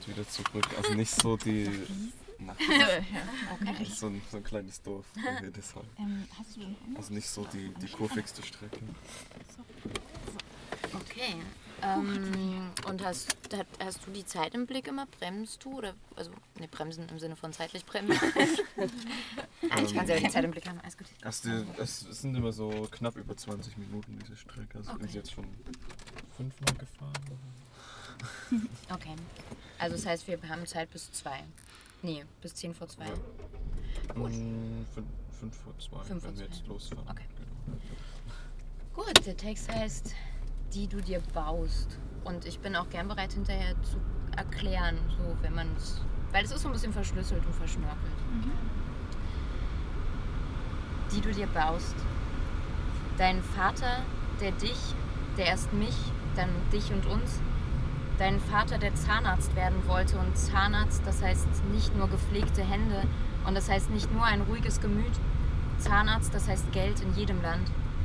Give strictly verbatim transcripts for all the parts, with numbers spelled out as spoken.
wieder zurück. Also nicht so die... Nach Nach ja, okay. so, ein, so ein kleines Dorf. Hildesheim. Ähm, hast du den Also nicht so die, die kurvigste Strecke. Okay. Ähm, und hast, hast du die Zeit im Blick immer? Bremst du? Oder, also, ne, bremsen im Sinne von zeitlich bremsen. Nein, ich kann ja die Zeit im Blick haben, alles gut. Also die, es sind immer so knapp über zwanzig Minuten diese Strecke. Also Okay. bin ich jetzt schon fünfmal gefahren. Okay. Also das heißt, wir haben Zeit bis zwei. Nee, bis zehn vor zwei. Ja. Gut. Mm, fünf, fünf vor zwei, Fünf wenn vor wir zwei. jetzt losfahren. Okay. Genau. Gut, der Text heißt, die du dir baust. Und ich bin auch gern bereit, hinterher zu erklären, so wenn man es. Weil es ist so ein bisschen verschlüsselt und verschnörkelt. Mhm. Die du dir baust. Dein Vater, der dich, der erst mich, dann dich und uns. Dein Vater, der Zahnarzt werden wollte. Und Zahnarzt, das heißt nicht nur gepflegte Hände und das heißt nicht nur ein ruhiges Gemüt. Zahnarzt, das heißt Geld in jedem Land.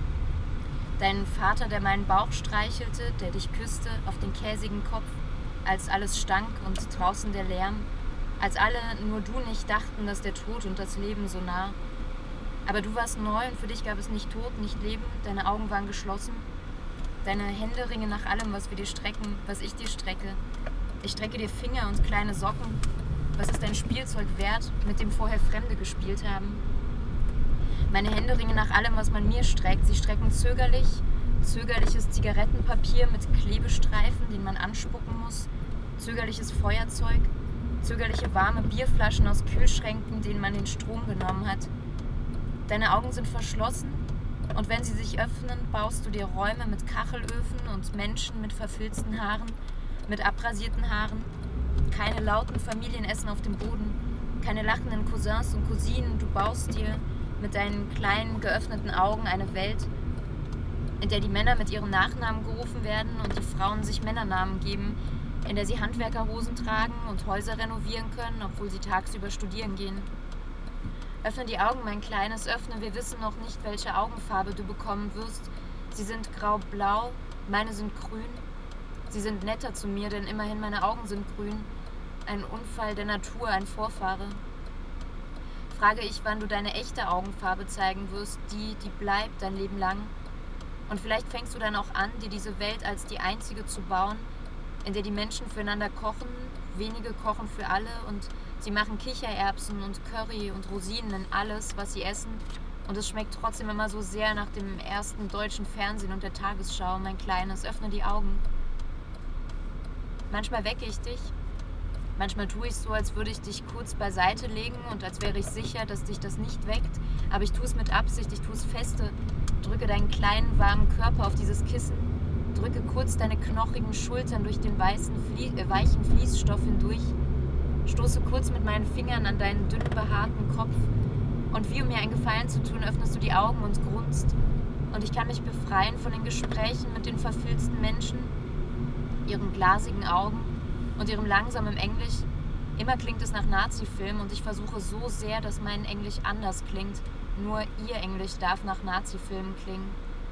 Dein Vater, der meinen Bauch streichelte, der dich küsste auf den käsigen Kopf, als alles stank und draußen der Lärm, als alle, nur du nicht, dachten, dass der Tod und das Leben so nah. Aber du warst neu und für dich gab es nicht Tod, nicht Leben, deine Augen waren geschlossen. Deine Hände ringen nach allem, was wir dir strecken, was ich dir strecke. Ich strecke dir Finger und kleine Socken. Was ist dein Spielzeug wert, mit dem vorher Fremde gespielt haben? Meine Hände ringen nach allem, was man mir streckt. Sie strecken zögerlich, zögerliches Zigarettenpapier mit Klebestreifen, den man anspucken muss, zögerliches Feuerzeug, zögerliche warme Bierflaschen aus Kühlschränken, denen man den Strom genommen hat. Deine Augen sind verschlossen und wenn sie sich öffnen, baust du dir Räume mit Kachelöfen und Menschen mit verfilzten Haaren, mit abrasierten Haaren, keine lauten Familienessen auf dem Boden, keine lachenden Cousins und Cousinen. Du baust dir mit deinen kleinen, geöffneten Augen eine Welt, in der die Männer mit ihren Nachnamen gerufen werden und die Frauen sich Männernamen geben, in der sie Handwerkerhosen tragen und Häuser renovieren können, obwohl sie tagsüber studieren gehen. Öffne die Augen, mein Kleines, öffne, wir wissen noch nicht, welche Augenfarbe du bekommen wirst. Sie sind grau-blau, meine sind grün. Sie sind netter zu mir, denn immerhin meine Augen sind grün. Ein Unfall der Natur, ein Vorfahre. Frage ich, wann du deine echte Augenfarbe zeigen wirst, die, die bleibt dein Leben lang. Und vielleicht fängst du dann auch an, dir diese Welt als die einzige zu bauen, in der die Menschen füreinander kochen, wenige kochen für alle und sie machen Kichererbsen und Curry und Rosinen in alles, was sie essen. Und es schmeckt trotzdem immer so sehr nach dem ersten deutschen Fernsehen und der Tagesschau, mein Kleines, öffne die Augen. Manchmal wecke ich dich. Manchmal tue ich so, als würde ich dich kurz beiseite legen und als wäre ich sicher, dass dich das nicht weckt. Aber ich tue es mit Absicht, ich tue es feste. Drücke deinen kleinen, warmen Körper auf dieses Kissen. Drücke kurz deine knochigen Schultern durch den weißen, Flie- äh, weichen Fließstoff hindurch. Stoße kurz mit meinen Fingern an deinen dünn behaarten Kopf. Und wie um mir einen Gefallen zu tun, öffnest du die Augen und grunzt. Und ich kann mich befreien von den Gesprächen mit den verfilzten Menschen, ihren glasigen Augen und ihrem langsamen Englisch. Immer klingt es nach Nazi-Film und ich versuche so sehr, dass mein Englisch anders klingt. Nur ihr Englisch darf nach Nazi-Filmen klingen.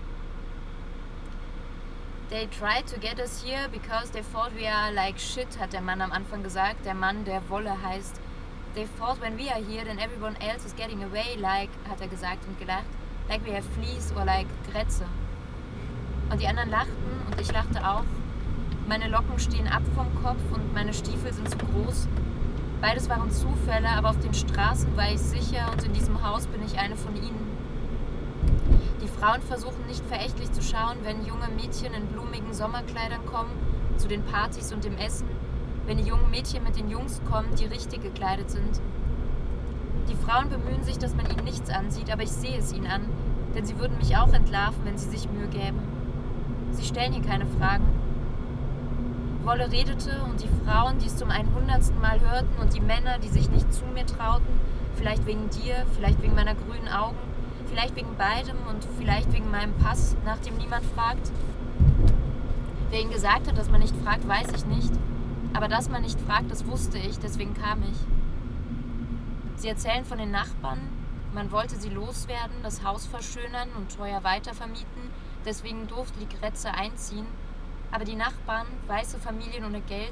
They tried to get us here because they thought we are like shit, hat der Mann am Anfang gesagt. Der Mann, der Wolle heißt. They thought when we are here, then everyone else is getting away, like, hat er gesagt und gelacht. Like we have fleas or like Grätze. Und die anderen lachten und ich lachte auch. Meine Locken stehen ab vom Kopf und meine Stiefel sind zu groß. Beides waren Zufälle, aber auf den Straßen war ich sicher und in diesem Haus bin ich eine von ihnen. Die Frauen versuchen nicht verächtlich zu schauen, wenn junge Mädchen in blumigen Sommerkleidern kommen, zu den Partys und dem Essen, wenn die jungen Mädchen mit den Jungs kommen, die richtig gekleidet sind. Die Frauen bemühen sich, dass man ihnen nichts ansieht, aber ich sehe es ihnen an, denn sie würden mich auch entlarven, wenn sie sich Mühe gäben. Sie stellen hier keine Fragen. Wolle redete und die Frauen, die es zum einhundertsten Mal hörten und die Männer, die sich nicht zu mir trauten, vielleicht wegen dir, vielleicht wegen meiner grünen Augen, vielleicht wegen beidem und vielleicht wegen meinem Pass, nach dem niemand fragt. Wer ihnen gesagt hat, dass man nicht fragt, weiß ich nicht. Aber dass man nicht fragt, das wusste ich, deswegen kam ich. Sie erzählen von den Nachbarn, man wollte sie loswerden, das Haus verschönern und teuer weitervermieten, deswegen durfte die Grätze einziehen. Aber die Nachbarn, weiße Familien ohne Geld,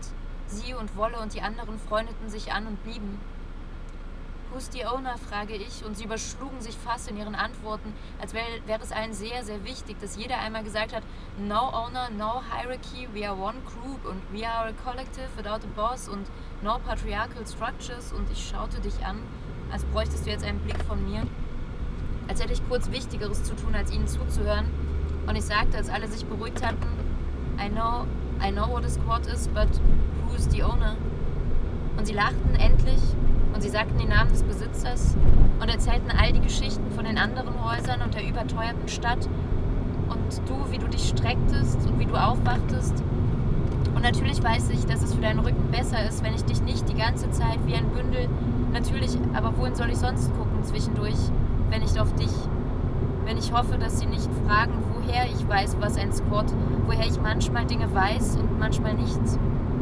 Sie und Wolle und die anderen freundeten sich an und blieben. Who's the owner, frage ich, und sie überschlugen sich fast in ihren Antworten, als wäre, wäre es allen sehr, sehr wichtig, dass jeder einmal gesagt hat, no owner, no hierarchy, we are one group und we are a collective without a boss und no patriarchal structures, und ich schaute dich an, als bräuchtest du jetzt einen Blick von mir, als hätte ich kurz Wichtigeres zu tun, als ihnen zuzuhören, und ich sagte, als alle sich beruhigt hatten, I know, I know what a squad is, but who's the owner? Und sie lachten endlich, und sie sagten den Namen des Besitzers und erzählten all die Geschichten von den anderen Häusern und der überteuerten Stadt und du, wie du dich strecktest und wie du aufwachtest. Und natürlich weiß ich, dass es für deinen Rücken besser ist, wenn ich dich nicht die ganze Zeit wie ein Bündel, natürlich, aber wohin soll ich sonst gucken zwischendurch, wenn nicht auf dich? Wenn ich hoffe, dass sie nicht fragen, woher ich weiß, was ein Squad, woher ich manchmal Dinge weiß und manchmal nichts.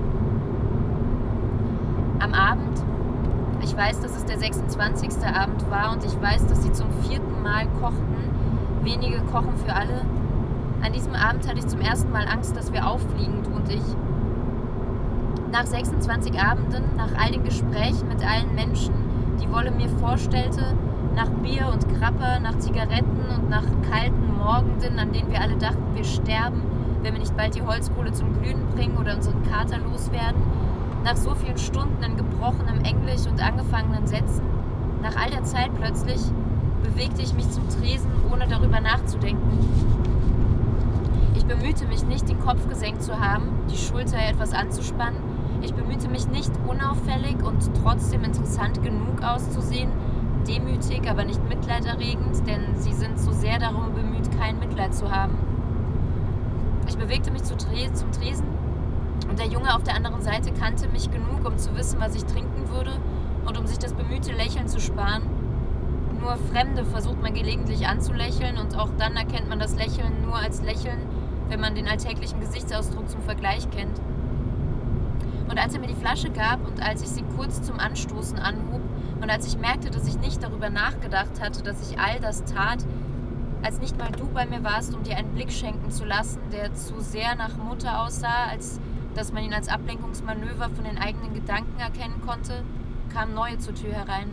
Am Abend, ich weiß, dass es der sechsundzwanzigste Abend war und ich weiß, dass sie zum vierten Mal kochten. Wenige kochen für alle. An diesem Abend hatte ich zum ersten Mal Angst, dass wir auffliegen, du und ich. Nach sechsundzwanzig Abenden, nach all den Gesprächen mit allen Menschen, die Wolle mir vorstellte, nach Bier und Krapper, nach Zigaretten und nach kalten Morgenden, an denen wir alle dachten, wir sterben, wenn wir nicht bald die Holzkohle zum Glühen bringen oder unseren Kater loswerden, nach so vielen Stunden in gebrochenem Englisch und angefangenen Sätzen, nach all der Zeit plötzlich, bewegte ich mich zum Tresen, ohne darüber nachzudenken. Ich bemühte mich nicht, den Kopf gesenkt zu haben, die Schulter etwas anzuspannen. Ich bemühte mich nicht, unauffällig und trotzdem interessant genug auszusehen, demütig, aber nicht mitleiderregend, denn sie sind so sehr darum bemüht, kein Mitleid zu haben. Ich bewegte mich zu Tre- zum Tresen und der Junge auf der anderen Seite kannte mich genug, um zu wissen, was ich trinken würde und um sich das bemühte Lächeln zu sparen. Nur Fremde versucht man gelegentlich anzulächeln und auch dann erkennt man das Lächeln nur als Lächeln, wenn man den alltäglichen Gesichtsausdruck zum Vergleich kennt. Und als er mir die Flasche gab und als ich sie kurz zum Anstoßen anhob und als ich merkte, dass ich nicht darüber nachgedacht hatte, dass ich all das tat, als nicht mal du bei mir warst, um dir einen Blick schenken zu lassen, der zu sehr nach Mutter aussah, als dass man ihn als Ablenkungsmanöver von den eigenen Gedanken erkennen konnte, kamen neue zur Tür herein.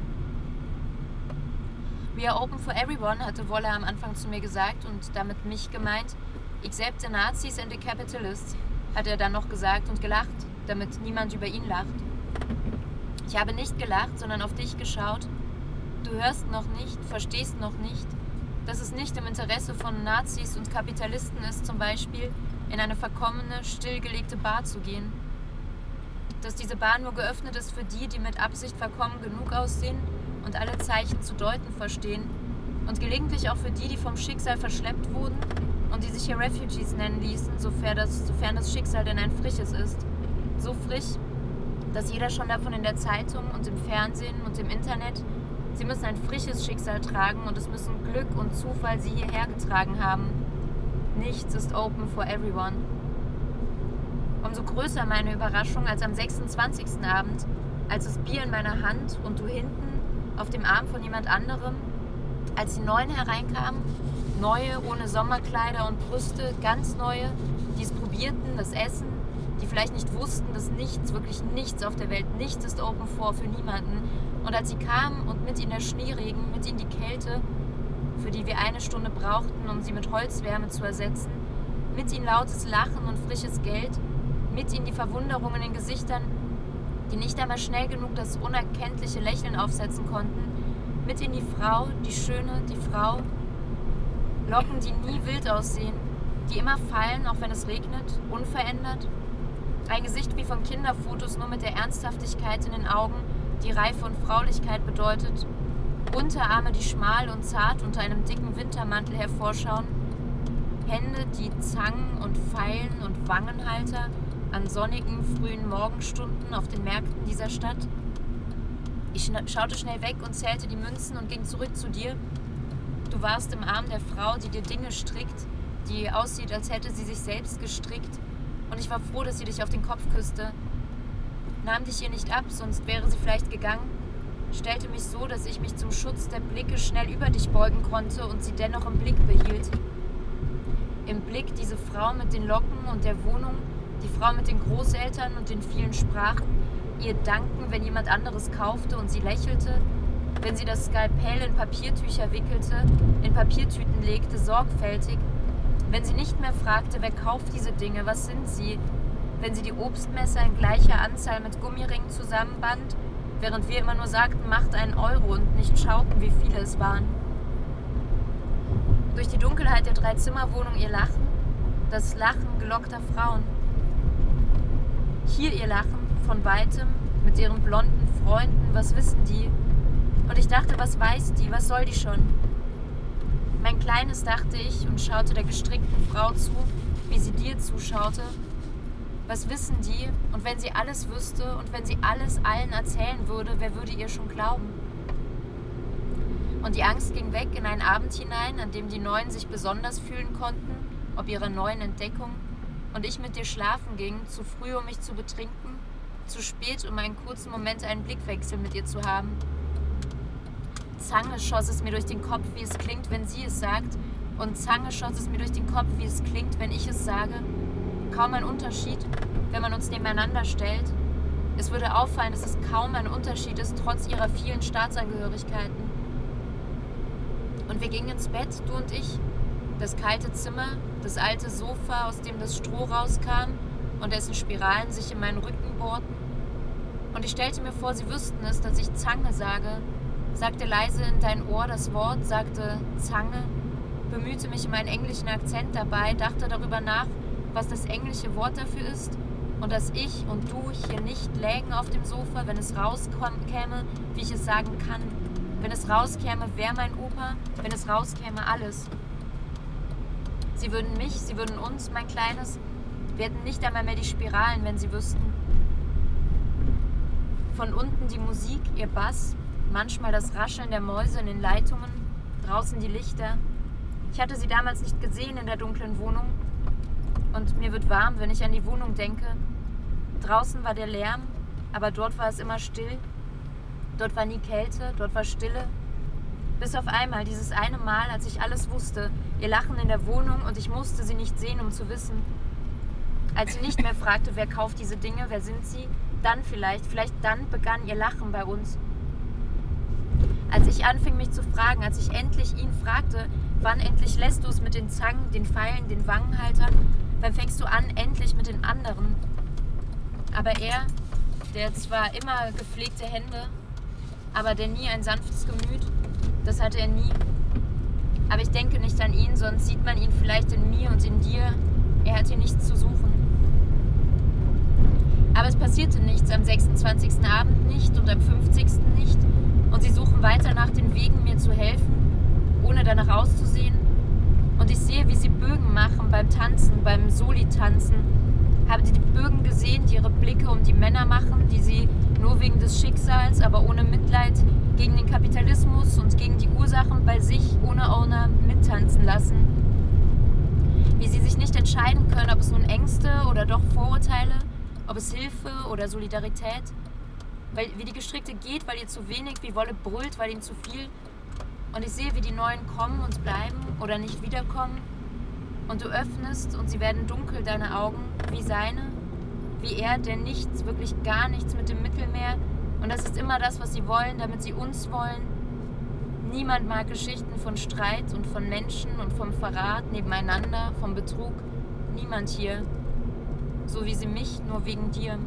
We are open for everyone, hatte Wolle am Anfang zu mir gesagt und damit mich gemeint, except the Nazis and the capitalists, hat er dann noch gesagt und gelacht, damit niemand über ihn lacht. Ich habe nicht gelacht, sondern auf dich geschaut. Du hörst noch nicht, verstehst noch nicht, dass es nicht im Interesse von Nazis und Kapitalisten ist, zum Beispiel in eine verkommene, stillgelegte Bar zu gehen. Dass diese Bar nur geöffnet ist für die, die mit Absicht verkommen genug aussehen und alle Zeichen zu deuten verstehen. Und gelegentlich auch für die, die vom Schicksal verschleppt wurden und die sich hier Refugees nennen ließen, sofern das, sofern das Schicksal denn ein frisches ist. So frisch, dass jeder schon davon in der Zeitung und im Fernsehen und im Internet, sie müssen ein frisches Schicksal tragen und es müssen Glück und Zufall sie hierher getragen haben. Nichts ist open for everyone. Umso größer meine Überraschung, als am sechsundzwanzigsten Abend, als das Bier in meiner Hand und du hinten auf dem Arm von jemand anderem, als die Neuen hereinkamen, neue ohne Sommerkleider und Brüste, ganz neue, die es probierten, das Essen, die vielleicht nicht wussten, dass nichts, wirklich nichts auf der Welt, nichts ist open for für niemanden. Und als sie kamen und mit ihnen der Schneeregen, mit ihnen die Kälte, für die wir eine Stunde brauchten, um sie mit Holzwärme zu ersetzen, mit ihnen lautes Lachen und frisches Geld, mit ihnen die Verwunderung in den Gesichtern, die nicht einmal schnell genug das unerkenntliche Lächeln aufsetzen konnten, mit ihnen die Frau, die Schöne, die Frau, Locken, die nie wild aussehen, die immer fallen, auch wenn es regnet, unverändert, ein Gesicht wie von Kinderfotos, nur mit der Ernsthaftigkeit in den Augen, die Reife und Fraulichkeit bedeutet, Unterarme, die schmal und zart unter einem dicken Wintermantel hervorschauen, Hände, die Zangen und Pfeilen und Wangenhalter an sonnigen, frühen Morgenstunden auf den Märkten dieser Stadt. Ich schaute schnell weg und zählte die Münzen und ging zurück zu dir. Du warst im Arm der Frau, die dir Dinge strickt, die aussieht, als hätte sie sich selbst gestrickt, und ich war froh, dass sie dich auf den Kopf küsste. Nahm dich ihr nicht ab, sonst wäre sie vielleicht gegangen, stellte mich so, dass ich mich zum Schutz der Blicke schnell über dich beugen konnte und sie dennoch im Blick behielt. Im Blick diese Frau mit den Locken und der Wohnung, Die Frau mit den Großeltern und den vielen Sprachen, ihr Danken, wenn jemand anderes kaufte und sie lächelte, wenn sie das Skalpell in Papiertücher wickelte, in Papiertüten legte, sorgfältig, wenn sie nicht mehr fragte, wer kauft diese Dinge, was sind sie, wenn sie die Obstmesser in gleicher Anzahl mit Gummiringen zusammenband, während wir immer nur sagten, macht einen Euro und nicht schauten, wie viele es waren. Durch die Dunkelheit der Dreizimmerwohnung ihr Lachen, das Lachen gelockter Frauen. Hier ihr Lachen, von Weitem, mit ihren blonden Freunden, was wissen die? Und ich dachte, was weiß die, was soll die schon? Mein Kleines, dachte ich und schaute der gestrickten Frau zu, wie sie dir zuschaute. Was wissen die? Und wenn sie alles wüsste und wenn sie alles allen erzählen würde, wer würde ihr schon glauben? Und die Angst ging weg in einen Abend hinein, an dem die Neuen sich besonders fühlen konnten, ob ihrer neuen Entdeckung, und ich mit dir schlafen ging, zu früh, um mich zu betrinken, zu spät, um einen kurzen Moment einen Blickwechsel mit ihr zu haben. Zange schoss es mir durch den Kopf, wie es klingt, wenn sie es sagt, und Zange schoss es mir durch den Kopf, wie es klingt, wenn ich es sage. Kaum ein Unterschied, wenn man uns nebeneinander stellt. Es würde auffallen, dass es kaum ein Unterschied ist, trotz ihrer vielen Staatsangehörigkeiten. Und wir gingen ins Bett, du und ich. Das kalte Zimmer, das alte Sofa, aus dem das Stroh rauskam und dessen Spiralen sich in meinen Rücken bohrten. Und ich stellte mir vor, sie wüssten es, dass ich Zange sage, sagte leise in dein Ohr das Wort, sagte Zange, bemühte mich um einen englischen Akzent dabei, dachte darüber nach, was das englische Wort dafür ist und dass ich und du hier nicht lägen auf dem Sofa, wenn es rauskäme, wie ich es sagen kann. Wenn es rauskäme, wer mein Opa, wenn es rauskäme, alles. Sie würden mich, sie würden uns, mein Kleines, wir hätten nicht einmal mehr die Spiralen, wenn sie wüssten. Von unten die Musik, ihr Bass, manchmal das Rascheln der Mäuse in den Leitungen, draußen die Lichter. Ich hatte sie damals nicht gesehen in der dunklen Wohnung und mir wird warm, wenn ich an die Wohnung denke. Draußen war der Lärm, aber dort war es immer still. Dort war nie Kälte, dort war Stille. Bis auf einmal, dieses eine Mal, als ich alles wusste, ihr Lachen in der Wohnung und ich musste sie nicht sehen, um zu wissen. Als sie nicht mehr fragte, wer kauft diese Dinge, wer sind sie, dann vielleicht, vielleicht dann begann ihr Lachen bei uns. Als ich anfing, mich zu fragen, als ich endlich ihn fragte, wann endlich lässt du es mit den Zangen, den Pfeilen, den Wangenhaltern, wann fängst du an, endlich mit den anderen? Aber er, der zwar immer gepflegte Hände, aber der nie ein sanftes Gemüt, das hatte er nie. Aber ich denke nicht an ihn, sonst sieht man ihn vielleicht in mir und in dir. Er hat hier nichts zu suchen. Aber es passierte nichts, am sechsundzwanzigsten Abend nicht und am fünfzigsten nicht. Und sie suchen weiter nach den Wegen, mir zu helfen, ohne danach auszusehen. Und ich sehe, wie sie Bögen machen beim Tanzen, beim Soli-Tanzen. Haben Sie die Bögen gesehen, die ihre Blicke um die Männer machen, die sie nur wegen des Schicksals, aber ohne Mitleid gegen den Kapitalismus und gegen die Ursachen bei sich ohne Owner mittanzen lassen? Wie sie sich nicht entscheiden können, ob es nun Ängste oder doch Vorurteile, ob es Hilfe oder Solidarität, weil, wie die Gestrickte geht, weil ihr zu wenig, wie Wolle brüllt, weil ihm zu viel. Und ich sehe, wie die Neuen kommen und bleiben oder nicht wiederkommen. Und du öffnest und sie werden dunkel, deine Augen, wie seine, wie er, der nichts, wirklich gar nichts mit dem Mittelmeer. Und das ist immer das, was sie wollen, damit sie uns wollen. Niemand mag Geschichten von Streit und von Menschen und vom Verrat nebeneinander, vom Betrug. Niemand hier. So wie sie mich, nur wegen dir.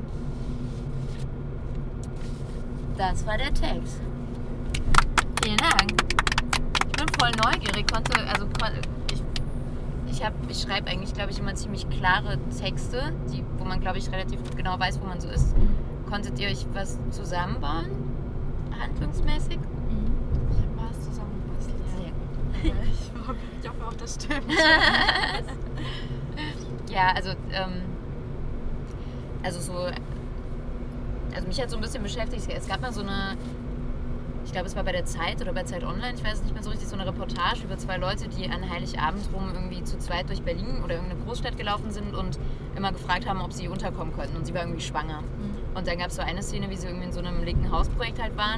Das war der Text. Vielen Dank. Ich bin voll neugierig, konnte, also ich, ich, hab, ich schreibe eigentlich, glaube ich, immer ziemlich klare Texte, die, wo man, glaube ich, relativ genau weiß, wo man so ist. Konntet ihr euch was zusammenbauen, handlungsmäßig? Ich habe was zusammengebastelt. Sehr gut. Ich, ich hoffe auch, das stimmt. Ja, also, ähm, also so, also mich hat so ein bisschen beschäftigt, es gab mal so eine, ich glaube, es war bei der Zeit oder bei Zeit Online, ich weiß es nicht mehr so richtig, so eine Reportage über zwei Leute, die an Heiligabend rum irgendwie zu zweit durch Berlin oder irgendeine Großstadt gelaufen sind und immer gefragt haben, ob sie unterkommen könnten, und sie war irgendwie schwanger. Mhm. Und dann gab es so eine Szene, wie sie irgendwie in so einem linken Hausprojekt halt waren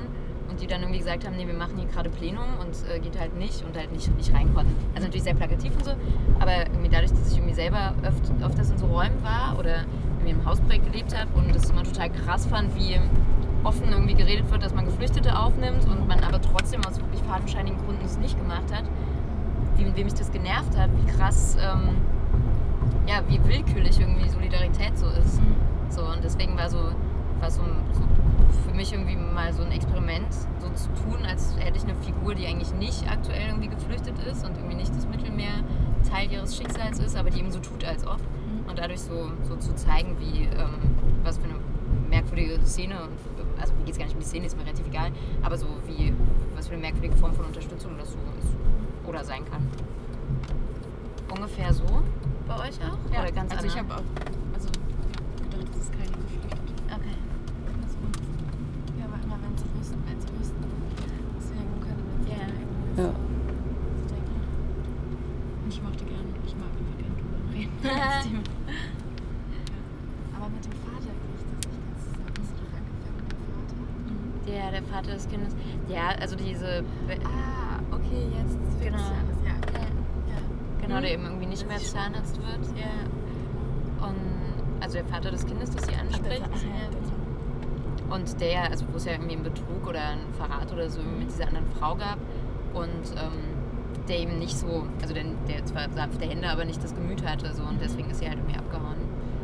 und die dann irgendwie gesagt haben, nee, wir machen hier gerade Plenum und äh, geht halt nicht und halt nicht, nicht rein konnten. Also natürlich sehr plakativ und so, aber irgendwie dadurch, dass ich irgendwie selber öft, öfters in so Räumen war oder irgendwie im Hausprojekt gelebt habe und das immer total krass fand, wie offen irgendwie geredet wird, dass man Geflüchtete aufnimmt und man aber trotzdem aus wirklich fadenscheinigen Gründen es nicht gemacht hat, wie, wie mich das genervt hat, wie krass, ähm, ja, wie willkürlich irgendwie Solidarität so ist. Mhm. So, und deswegen war so, war so, so für mich irgendwie mal so ein Experiment, so zu tun, als hätte ich eine Figur, die eigentlich nicht aktuell irgendwie geflüchtet ist und irgendwie nicht das Mittelmeer Teil ihres Schicksals ist, aber die eben so tut, als ob. Mhm. Und dadurch so, so zu zeigen, wie, ähm, was für eine merkwürdige Szene, also mir geht es gar nicht um die Szene, ist mir relativ egal, aber so wie, was für eine merkwürdige Form von Unterstützung das so ist oder sein kann. Ungefähr so bei euch auch? Ja, oder ganz also anders? ich habe auch also gedacht, das ist keine Geflüchtete. Okay. Also, ja, aber immer wenn sie wüssten, wenn sie wüssten, deswegen können wir Ja. irgendwie Ja. so denken. Und ich mochte gerne, ich mag einfach gerne drüber reden. Das Thema. Ja. Aber mit dem Vater kriege ich das nicht ganz zusammen. Hast du doch angefangen mit dem Vater? Der, der Vater des Kindes. Ja, also diese. Ah, okay, jetzt wird Genau. es alles. Ja, Ja. ja. Genau, Mhm. der eben irgendwie nicht mehr Zahnarzt wird. Ja. Und also der Vater des Kindes, das sie anspricht. Ach, ja, bitte. Und der, also wo es ja irgendwie einen Betrug oder einen Verrat oder so mit dieser anderen Frau gab. Und ähm, der eben nicht so, also der, der zwar sanfte Hände, aber nicht das Gemüt hatte. So, und deswegen ist sie halt irgendwie abgehauen.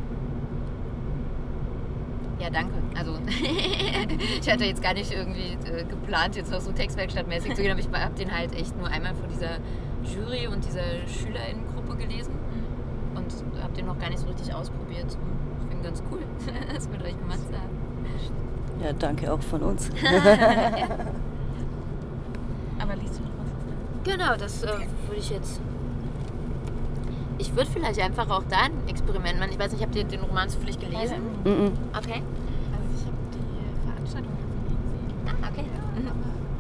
Ja, danke. Also ich hatte jetzt gar nicht irgendwie äh, geplant, jetzt noch so Textwerkstattmäßig zu gehen, aber ich habe den halt echt nur einmal vor dieser Jury und dieser SchülerInnengruppe gelesen und habe den noch gar nicht so richtig ausprobiert. Und ich finde ganz cool, das mit euch gemacht zu haben. Ja, danke auch von uns. Aber liest du noch was? Genau, das äh, würde ich jetzt... Ich würde vielleicht einfach auch da ein Experiment machen. Ich weiß nicht, habt ihr den Roman zufällig gelesen? Mhm. Okay. Also ich habe die Veranstaltung davon nie gesehen. Ah, okay. Mhm.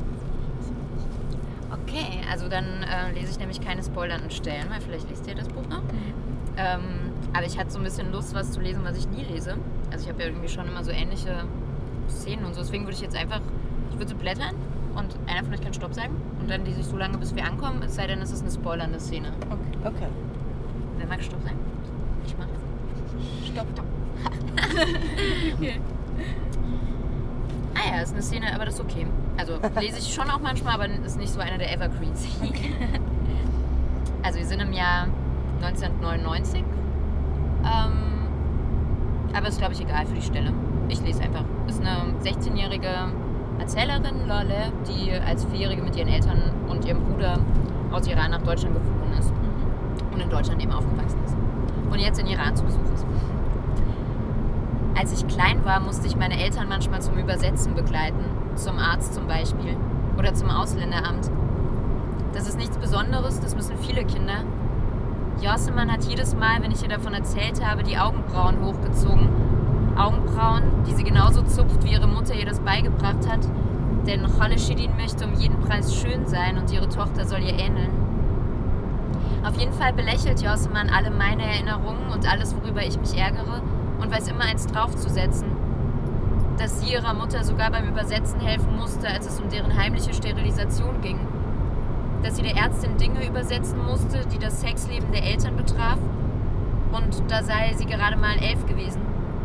Aber Okay, also dann äh, lese ich nämlich keine spoilernden Stellen, weil vielleicht liest ihr das Buch noch. Ähm, aber ich hatte so ein bisschen Lust, was zu lesen, was ich nie lese. Also ich habe ja irgendwie schon immer so ähnliche Szenen und so. Deswegen würde ich jetzt einfach, ich würde so blättern und einer von euch kann Stopp sagen. Und dann lese ich so lange, bis wir ankommen, es sei denn, es ist eine spoilernde Szene. okay. Okay. Wer mag Stopp sagen? Ich mach's. Stopp, stopp. Okay. Ah ja, ist eine Szene, aber das ist okay. Also lese ich schon auch manchmal, aber ist nicht so einer der Evergreens. Also wir sind im Jahr neunzehnhundertneunundneunzig. Ähm, aber ist, glaube ich, egal für die Stelle. Ich lese einfach. Ist eine sechzehnjährige Erzählerin, Lale, die als Vierjährige mit ihren Eltern und ihrem Bruder aus Iran nach Deutschland geflohen ist. Und in Deutschland eben aufgewachsen ist. Und jetzt in Iran zu Besuch ist. Als ich klein war, musste ich meine Eltern manchmal zum Übersetzen begleiten. Zum Arzt zum Beispiel. Oder zum Ausländeramt. Das ist nichts Besonderes, das müssen viele Kinder. Josemann hat jedes Mal, wenn ich ihr davon erzählt habe, die Augenbrauen hochgezogen. Augenbrauen, die sie genauso zupft, wie ihre Mutter ihr das beigebracht hat. Denn Khaled möchte um jeden Preis schön sein und ihre Tochter soll ihr ähneln. Auf jeden Fall belächelt Josemann alle meine Erinnerungen und alles, worüber ich mich ärgere und weiß immer eins draufzusetzen. Dass sie ihrer Mutter sogar beim Übersetzen helfen musste, als es um deren heimliche Sterilisation ging. Dass sie der Ärztin Dinge übersetzen musste, die das Sexleben der Eltern betraf. Und da sei sie gerade mal elf gewesen.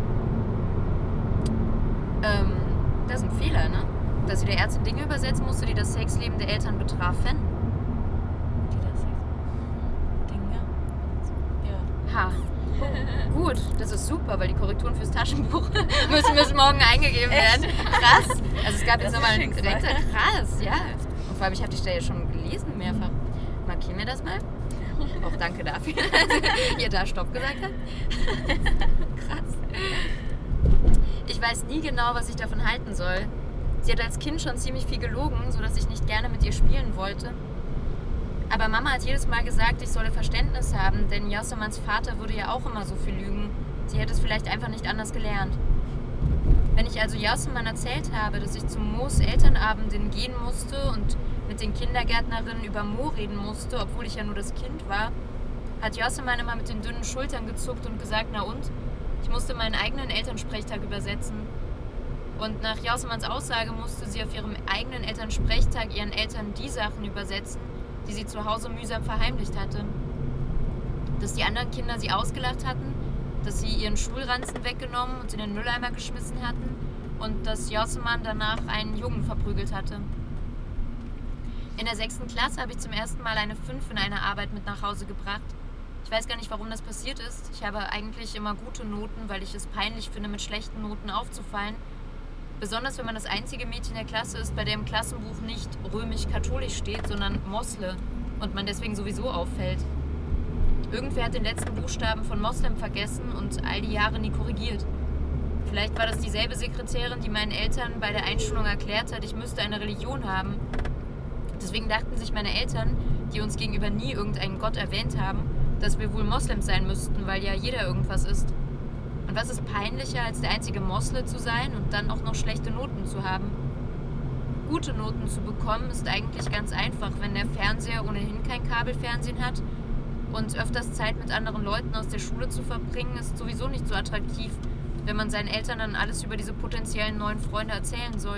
Ähm, das ist ein Fehler, ne? Dass sie der Ärztin Dinge übersetzen musste, die das Sexleben der Eltern betrafen. Die das jetzt Dinge. Ja. Ha. Gut, das ist super, weil die Korrekturen fürs Taschenbuch müssen bis morgen eingegeben werden. Krass. Also es gab jetzt nochmal einen Korrektor. Krass, ja. Und vor allem, ich habe die Stelle schon gelesen mehrfach. Markieren wir das mal. Auch danke dafür, dass ihr da Stopp gesagt habt. Krass. Ich weiß nie genau, was ich davon halten soll. Sie hat als Kind schon ziemlich viel gelogen, sodass ich nicht gerne mit ihr spielen wollte. Aber Mama hat jedes Mal gesagt, ich solle Verständnis haben, denn Josemanns Vater würde ja auch immer so viel lügen. Sie hätte es vielleicht einfach nicht anders gelernt. Wenn ich also Josemann erzählt habe, dass ich zum Moos Elternabenden gehen musste und mit den Kindergärtnerinnen über Mo reden musste, obwohl ich ja nur das Kind war, hat Josemann immer mit den dünnen Schultern gezuckt und gesagt, na und? Ich musste meinen eigenen Elternsprechtag übersetzen. Und nach Jausemanns Aussage musste sie auf ihrem eigenen Elternsprechtag ihren Eltern die Sachen übersetzen, die sie zu Hause mühsam verheimlicht hatte. Dass die anderen Kinder sie ausgelacht hatten, dass sie ihren Schulranzen weggenommen und in den Mülleimer geschmissen hatten und dass Jausemann danach einen Jungen verprügelt hatte. In der sechsten Klasse habe ich zum ersten Mal eine fünf in einer Arbeit mit nach Hause gebracht. Ich weiß gar nicht, warum das passiert ist. Ich habe eigentlich immer gute Noten, weil ich es peinlich finde, mit schlechten Noten aufzufallen. Besonders wenn man das einzige Mädchen der Klasse ist, bei der im Klassenbuch nicht römisch-katholisch steht, sondern Mosle und man deswegen sowieso auffällt. Irgendwer hat den letzten Buchstaben von Moslem vergessen und all die Jahre nie korrigiert. Vielleicht war das dieselbe Sekretärin, die meinen Eltern bei der Einschulung erklärt hat, ich müsste eine Religion haben. Deswegen dachten sich meine Eltern, die uns gegenüber nie irgendeinen Gott erwähnt haben, dass wir wohl Moslems sein müssten, weil ja jeder irgendwas ist. Und was ist peinlicher, als der einzige Mosle zu sein und dann auch noch schlechte Noten zu haben? Gute Noten zu bekommen ist eigentlich ganz einfach, wenn der Fernseher ohnehin kein Kabelfernsehen hat und öfters Zeit mit anderen Leuten aus der Schule zu verbringen, ist sowieso nicht so attraktiv, wenn man seinen Eltern dann alles über diese potenziellen neuen Freunde erzählen soll.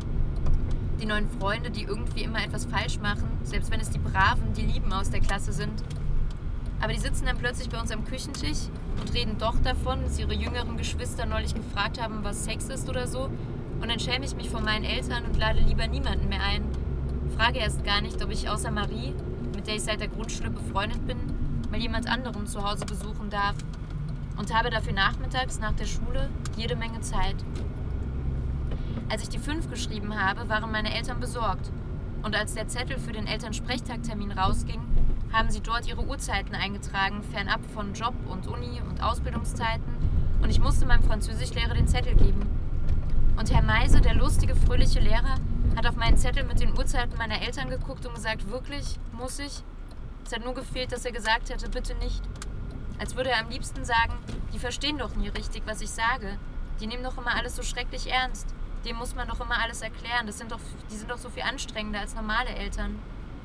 Die neuen Freunde, die irgendwie immer etwas falsch machen, selbst wenn es die Braven, die Lieben aus der Klasse sind. Aber die sitzen dann plötzlich bei uns am Küchentisch und reden doch davon, dass ihre jüngeren Geschwister neulich gefragt haben, was Sex ist oder so. Und dann schäme ich mich vor meinen Eltern und lade lieber niemanden mehr ein. Frage erst gar nicht, ob ich außer Marie, mit der ich seit der Grundschule befreundet bin, mal jemand anderen zu Hause besuchen darf. Und habe dafür nachmittags nach der Schule jede Menge Zeit. Als ich die fünf geschrieben habe, waren meine Eltern besorgt. Und als der Zettel für den Elternsprechtagtermin rausging, haben sie dort ihre Uhrzeiten eingetragen, fernab von Job und Uni und Ausbildungszeiten. Und ich musste meinem Französischlehrer den Zettel geben. Und Herr Meise, der lustige, fröhliche Lehrer, hat auf meinen Zettel mit den Uhrzeiten meiner Eltern geguckt und gesagt, wirklich, muss ich? Es hat nur gefehlt, dass er gesagt hätte, bitte nicht. Als würde er am liebsten sagen, die verstehen doch nie richtig, was ich sage. Die nehmen doch immer alles so schrecklich ernst. Dem muss man doch immer alles erklären. Das sind doch, die sind doch so viel anstrengender als normale Eltern.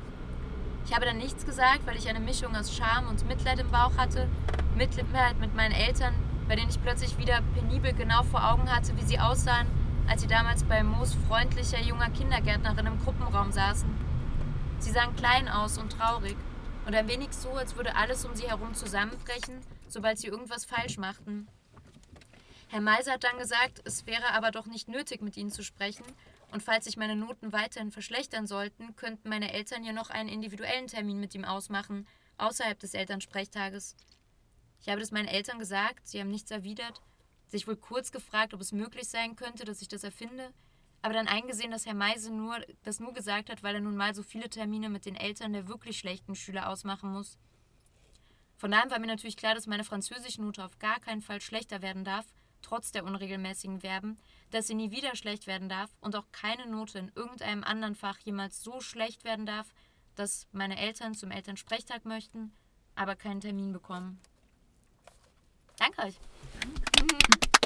Ich habe dann nichts gesagt, weil ich eine Mischung aus Scham und Mitleid im Bauch hatte. Mitleid mit meinen Eltern, bei denen ich plötzlich wieder penibel genau vor Augen hatte, wie sie aussahen, als sie damals bei Moos freundlicher junger Kindergärtnerin im Gruppenraum saßen. Sie sahen klein aus und traurig und ein wenig so, als würde alles um sie herum zusammenbrechen, sobald sie irgendwas falsch machten. Herr Meise hat dann gesagt, es wäre aber doch nicht nötig, mit ihnen zu sprechen, und falls sich meine Noten weiterhin verschlechtern sollten, könnten meine Eltern ja noch einen individuellen Termin mit ihm ausmachen, außerhalb des Elternsprechtages. Ich habe das meinen Eltern gesagt, sie haben nichts erwidert, sich wohl kurz gefragt, ob es möglich sein könnte, dass ich das erfinde, aber dann eingesehen, dass Herr Meise nur, das nur gesagt hat, weil er nun mal so viele Termine mit den Eltern der wirklich schlechten Schüler ausmachen muss. Von daher war mir natürlich klar, dass meine Französischnote auf gar keinen Fall schlechter werden darf, trotz der unregelmäßigen Verben, dass sie nie wieder schlecht werden darf und auch keine Note in irgendeinem anderen Fach jemals so schlecht werden darf, dass meine Eltern zum Elternsprechtag möchten, aber keinen Termin bekommen. Danke euch.